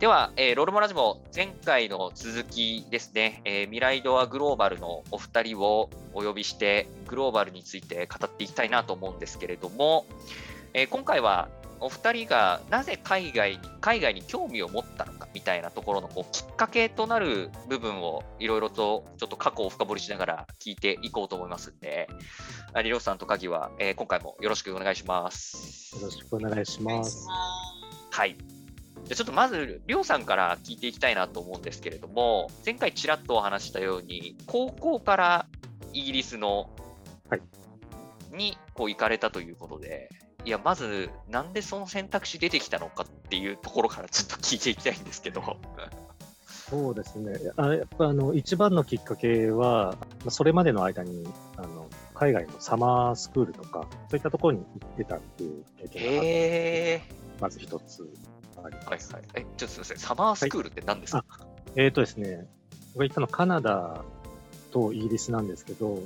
では、ロールモラジも前回の続きですね、未来ドアグローバルのお二人をお呼びしてグローバルについて語っていきたいなと思うんですけれども、今回はお二人がなぜ海外に興味を持ったのかみたいなところのきっかけとなる部分をいろいろとちょっと過去を深掘りしながら聞いていこうと思いますので、りょうさんと鍵は、今回もよろしくお願いします。 よろしくお願いします。 はい。じゃちょっとまずりょうさんから聞いていきたいなと思うんですけれども、前回ちらっとお話したように高校からイギリスの、に行かれたということで、いやまずなんでその選択肢出てきたのかっていうところからちょっと聞いていきたいんですけど。 そうですね。やっぱ一番のきっかけは、それまでの間に海外のサマースクールとかそういったところに行ってたっていう経験がまず一つあります。 ちょっとすみません、サマースクールって何ですか？ ですね、僕が行ったのカナダとイギリスなんですけど、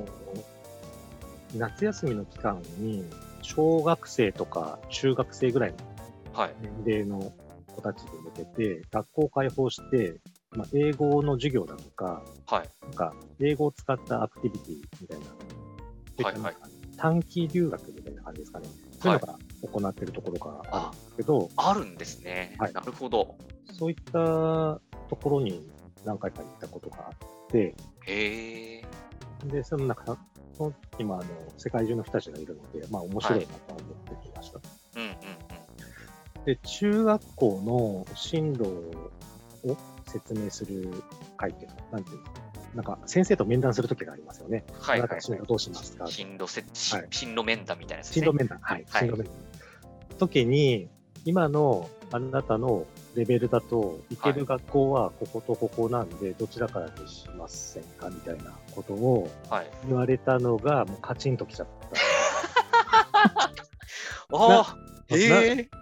夏休みの期間に小学生とか中学生ぐらいの年齢の子たちに向けて学校を開放して、英語の授業だとか、なんか英語を使ったアクティビティみたいな、短期留学みたいな感じですかね。そういうのが行っているところがあるんですけど。 あるんですね。なるほど。 そういったところに何回か行ったことがあって、で、その中、今世界中の人たちがいるので、面白いなと思ってきました。で、中学校の進路を説明する会っていうのは、なんていうの、なんか先生と面談するときがありますよね。あなた進路どうしますか？ 進路面談みたいなやつですね。 進路面談、進路面談。時に、今のあなたのレベルだと、行ける学校はこことここなんで、どちらからにしませんかみたいなことを言われたのが、もうカチンときちゃった。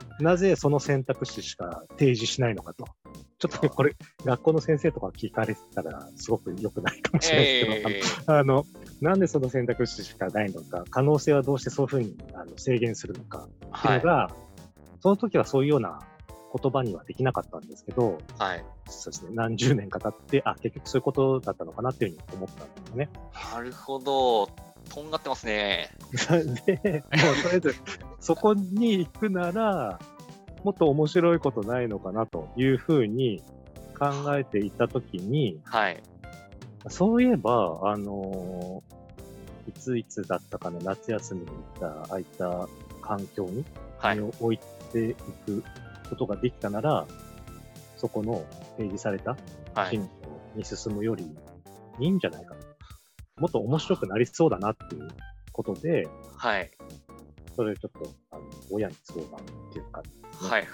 なぜその選択肢しか提示しないのかと。ちょっとね、これ、学校の先生とか聞かれてたら、すごく良くないかもしれないですけど、なんでその選択肢しかないのか、可能性はどうしてそういうふうに制限するのかっていうのが、その時はそういうような言葉にはできなかったんですけど、そうですね、何十年か経って、結局そういうことだったのかなっていうふうに思ったんですよね。 なるほど。とんがってますね。 で、もうとりあえず、そこに行くなら、もっと面白いことないのかなというふうに考えていたときに、そういえば、いつだったかの夏休みに行った、ああいった環境に身を置いていくことができたなら、そこの提示された進路に進むよりいいんじゃないかと。もっと面白くなりそうだなっていうことで、それをちょっと親に相談っていうか、そうや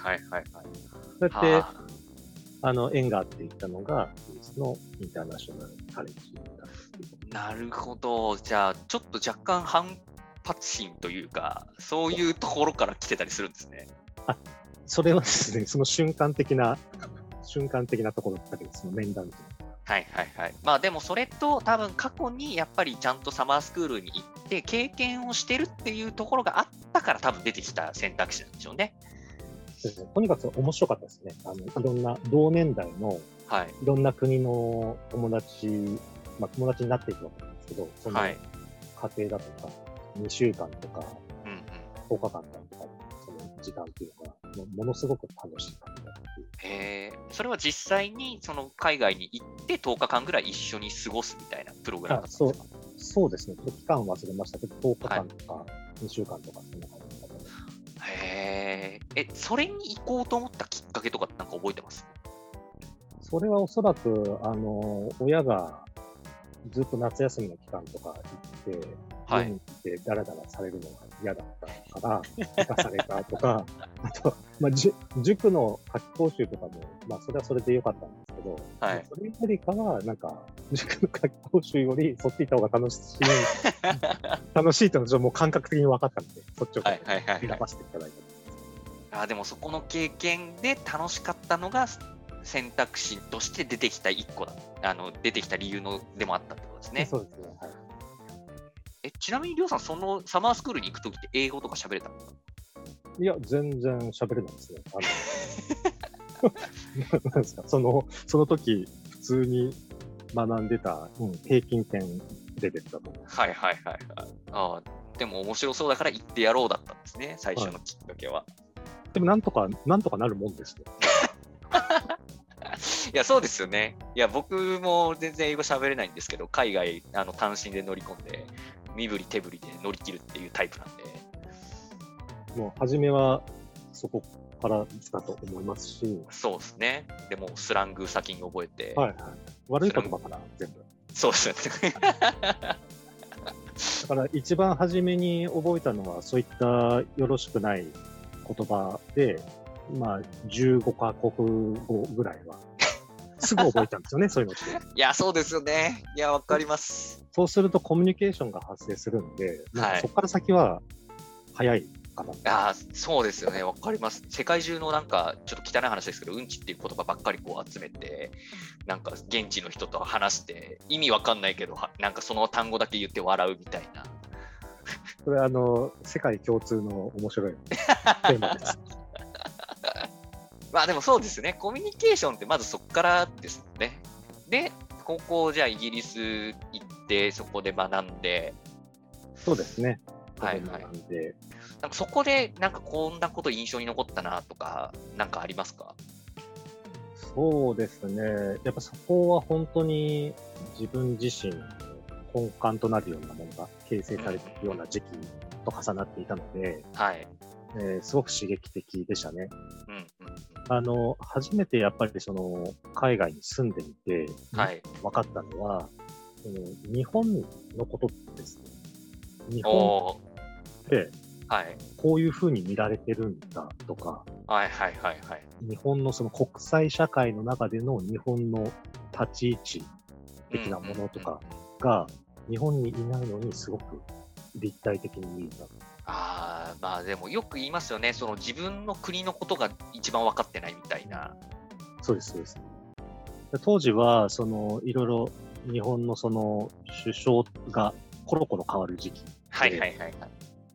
って縁があっていったのが、イギリスのインターナショナルカレッジだったっていうこと。 なるほど。じゃあ、ちょっと若干反発心というか、そういうところから来てたりするんですね。 それはですね、その瞬間的なところだけです、その面談。 でもそれと多分過去にやっぱりちゃんとサマースクールに行って経験をしてるっていうところがあったから多分出てきた選択肢なんでしょうね。 とにかく面白かったですね。いろんな同年代のいろんな国の友達になっていくわけなんですけど、その家庭だとか2週間とか10日間だとかその時間っていうのがものすごく楽しかったっていう。 それは実際にその海外に行って10日間ぐらい一緒に過ごすみたいなプログラムだったんですか？ そうですね。期間忘れましたけど、10日間とか2週間とかそんな感じだったと思います。 それに行こうと思ったきっかけとかってなんか覚えてます？ それはおそらく親がずっと夏休みの期間とか行って、家に行ってダラダラされるのが嫌だったから行かされたとか、あと、塾の夏期講習とかも、それはそれで良かったんですけど、それよりかは、なんか、塾の夏期講習よりそっち行った方が楽しいっていうのはもう感覚的に分かったので、そっちを選ばせていただいた。 でもそこの経験で楽しかったのが選択肢として出てきた一個出てきた理由でもあったってことですね。 そうですね。 ちなみにりょうさん、そのサマースクールに行くときって英語とか喋れたんですか？ いや、全然喋れないですね。 なんですか、その時、普通に学んでた、平均点レベルだと思う。 はいはいはいはい。でも面白そうだから行ってやろうだったんですね、最初のきっかけは。 でもなんとかなるもんですよ。 いや、そうですよね。いや、僕も全然英語喋れないんですけど、海外単身で乗り込んで、身振り手振りで乗り切るっていうタイプなんで。 もう初めはそこからだと思いますし。 そうですね。でもスラング先に覚えて。 はいはい。悪い言葉から全部。 そうですよね。 だから一番初めに覚えたのは、そういったよろしくない言葉で、まあ15カ国語ぐらいは、すぐ覚えたんですよね、そういうのって。 いや、そうですよね。いや、わかります。 そうするとコミュニケーションが発生するんで、 はい、 そこから先は早いかな。 そうですよね。わかります。世界中のなんか、ちょっと汚い話ですけど、うんちっていう言葉ばっかりこう集めて、なんか現地の人と話して、意味わかんないけど、なんかその単語だけ言って笑うみたいな。 それは世界共通の面白いテーマです。 まあでもそうですね。コミュニケーションってまずそこからですね。で、高校じゃあイギリス行って、そこで学んで。 そうですね。 はいはい。なんかそこでなんかこんなこと印象に残ったなとか、なんかありますか？ そうですね。やっぱそこは本当に自分自身の根幹となるようなものが形成されているような時期と重なっていたので、 はい。 すごく刺激的でしたね。 うんうん、 初めてやっぱり海外に住んでみて、 はい、 分かったのは、日本のことですね。日本で、 はい、 こういうふうに見られてるんだとか、 はいはいはいはい。 日本のその国際社会の中での日本の立ち位置的なものとかが日本にいないのにすごく立体的に見えた。 まあでもよく言いますよね。その自分の国のことが一番分かってないみたいな。 そうです、そうです。当時はいろいろ日本の首相がコロコロ変わる時期で、 はいはいはいはい。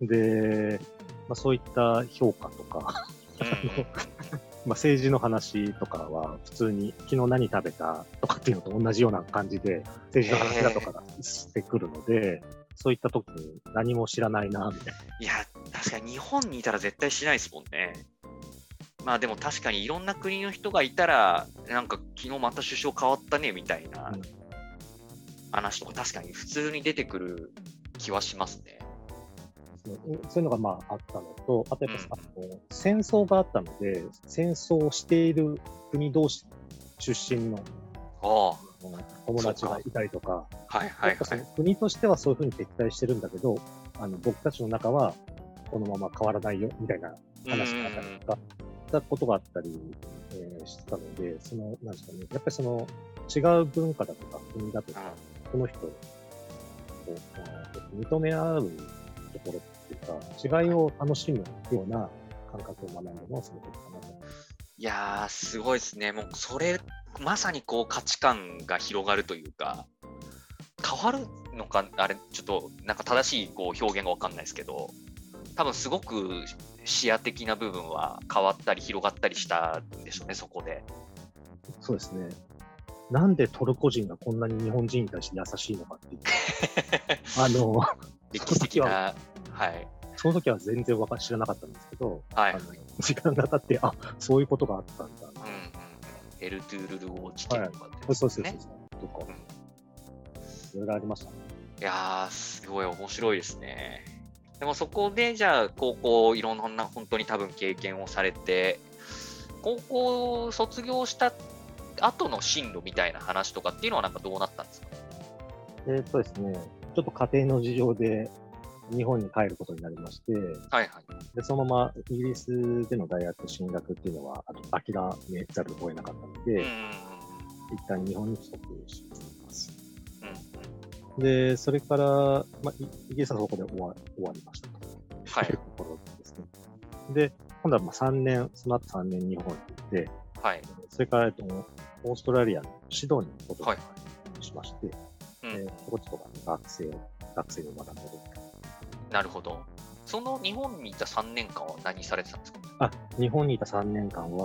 で、そういった評価とか、政治の話とかは普通に昨日何食べたとかっていうのと同じような感じで政治の話だとかしてくるので、そういった時に何も知らないなみたいな。 いや、確かに日本にいたら絶対しないですもんね。まあでも確かにいろんな国の人がいたら、なんか昨日また首相変わったねみたいな話とか確かに普通に出てくる気はしますね。 そういうのがあったのと、あとやっぱ戦争があったので、戦争をしている国同士出身の友達がいたりとか、国としてはそういうふうに敵対してるんだけど、僕たちの中はこのまま変わらないよみたいな話があったりとか、したことがあったり、してたので、なんですかね、やっぱり違う文化だとか国だとか、この人を認め合うところっていうか、違いを楽しむような感覚を学んだのはすごくかなと。 いやー、すごいですね。もうそれ、まさにこう価値観が広がるというか、変わるのか、あれ、ちょっとなんか正しいこう表現がわかんないですけど、多分すごく視野的な部分は変わったり広がったりしたんでしょうね、そこで。 そうですね。なんでトルコ人がこんなに日本人に対して優しいのかっていう。 歴史的な、はい。 その時は全然知らなかったんですけど、 はい、 時間が経って、そういうことがあったんだ。 エルトゥールル号事件とかですね。そうそうそう。とか、いろいろありましたね。 いやー、すごい面白いですね。でもそこで、じゃあ、高校、いろんな、本当に多分経験をされて、高校卒業した後の進路みたいな話とかっていうのはなんかどうなったんですか？ ですね、ちょっと家庭の事情で日本に帰ることになりまして、 はいはい。 でそのままイギリスでの大学進学っていうのは諦めざるを得なかったので、一旦日本に帰国します。で、それから、イギリスはそこで終わりましたと。 はい。 いうところですね。で、今度は3年、その後3年日本に行って、 はい。 それからオーストラリアのシドニーに戻ってしまして、そこちょっと学生を学んでる。 なるほど。その日本にいた3年間は何されてたんですか？ 日本にいた3年間は、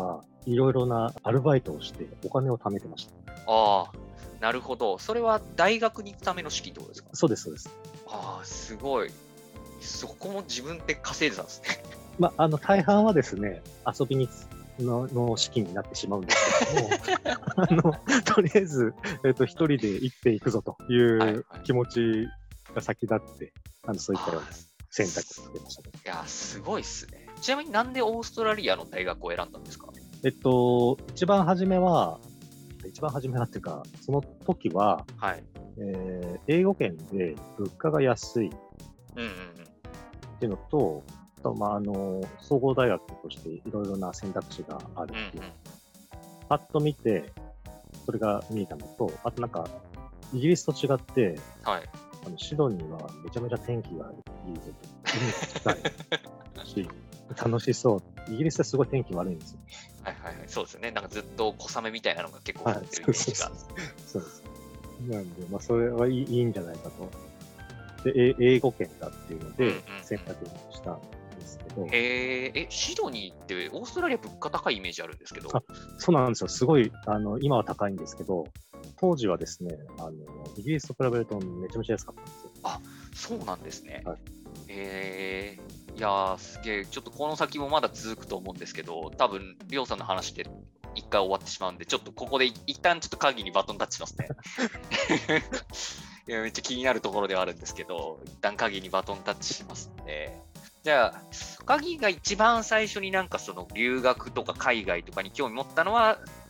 いろいろなアルバイトをしてお金を貯めてました。 ああ、なるほど。それは大学に行くための資金ってことですか？ そうです、そうです。 ああ、すごい。そこも自分で稼いでたんですね。 大半はですね、遊びの資金になってしまうんですけども、とりあえず、一人で生きていくぞといはいはうい。 気持ちが先立って、そういったようなああ、 選択をしてましたね。 いや、すごいっすね。ちなみになんでオーストラリアの大学を選んだんですか？ 一番初めはっていうか、その時は、 はい。 英語圏で物価が安いっうんうんうん。 ていうのと、あと総合大学としていろいろな選択肢があるうんうん。 っていう、パッと見て、それが見えたのと、あとなんか、イギリスと違って、 はい。 シドニーはめちゃめちゃ天気がいいぞと。海が近いし、楽しそう。イギリスってすごい天気悪いんですよ。 はいはいはい。そうですよね。なんかずっと小雨みたいなのが結構降はい、 ってるイメージが。 そうです。なんで、それはいいんじゃないかと。で、英語圏だっていうのでうんうんうん選択したんですけど、 シドニーってオーストラリア物価高いイメージあるんですけど。 あ、そうなんですよ。すごい、今は高いんですけど、当時はですね、イギリスと比べるとめちゃめちゃ安かったんですよ。 あ、そうなんですね。 はい。 いやー、すげえ、ちょっとこの先もまだ続くと思うんですけど、多分りょうさんの話で一回終わってしまうんで、ちょっとここで一旦ちょっと鍵にバトンタッチしますね。いや、めっちゃ気になるところではあるんですけど、一旦鍵にバトンタッチしますので、じゃあ、鍵が一番最初になんかその留学とか海外とかに興味持ったのは、